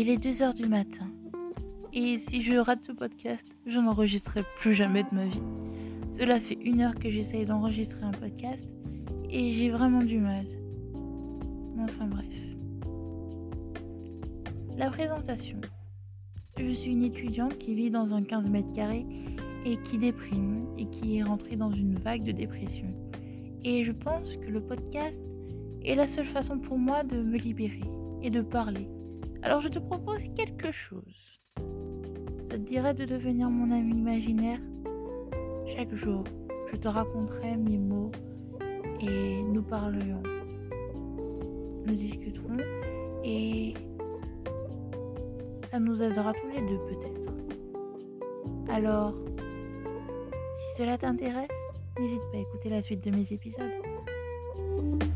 Il est 2 heures du matin. Et si je rate ce podcast, je n'enregistrerai plus jamais de ma vie. Cela fait 1 heure que j'essaye d'enregistrer un podcast et j'ai vraiment du mal. Mais enfin bref. La présentation. Je suis une étudiante qui vit dans un 15 mètres carrés et qui déprime et qui est rentrée dans une vague de dépression. Et je pense que le podcast est la seule façon pour moi de me libérer et de parler. Alors je te propose quelque chose. Ça te dirait de devenir mon ami imaginaire? Chaque jour, je te raconterai mes mots et nous parlerons. Nous discuterons et ça nous aidera tous les deux peut-être. Alors, si cela t'intéresse, n'hésite pas à écouter la suite de mes épisodes.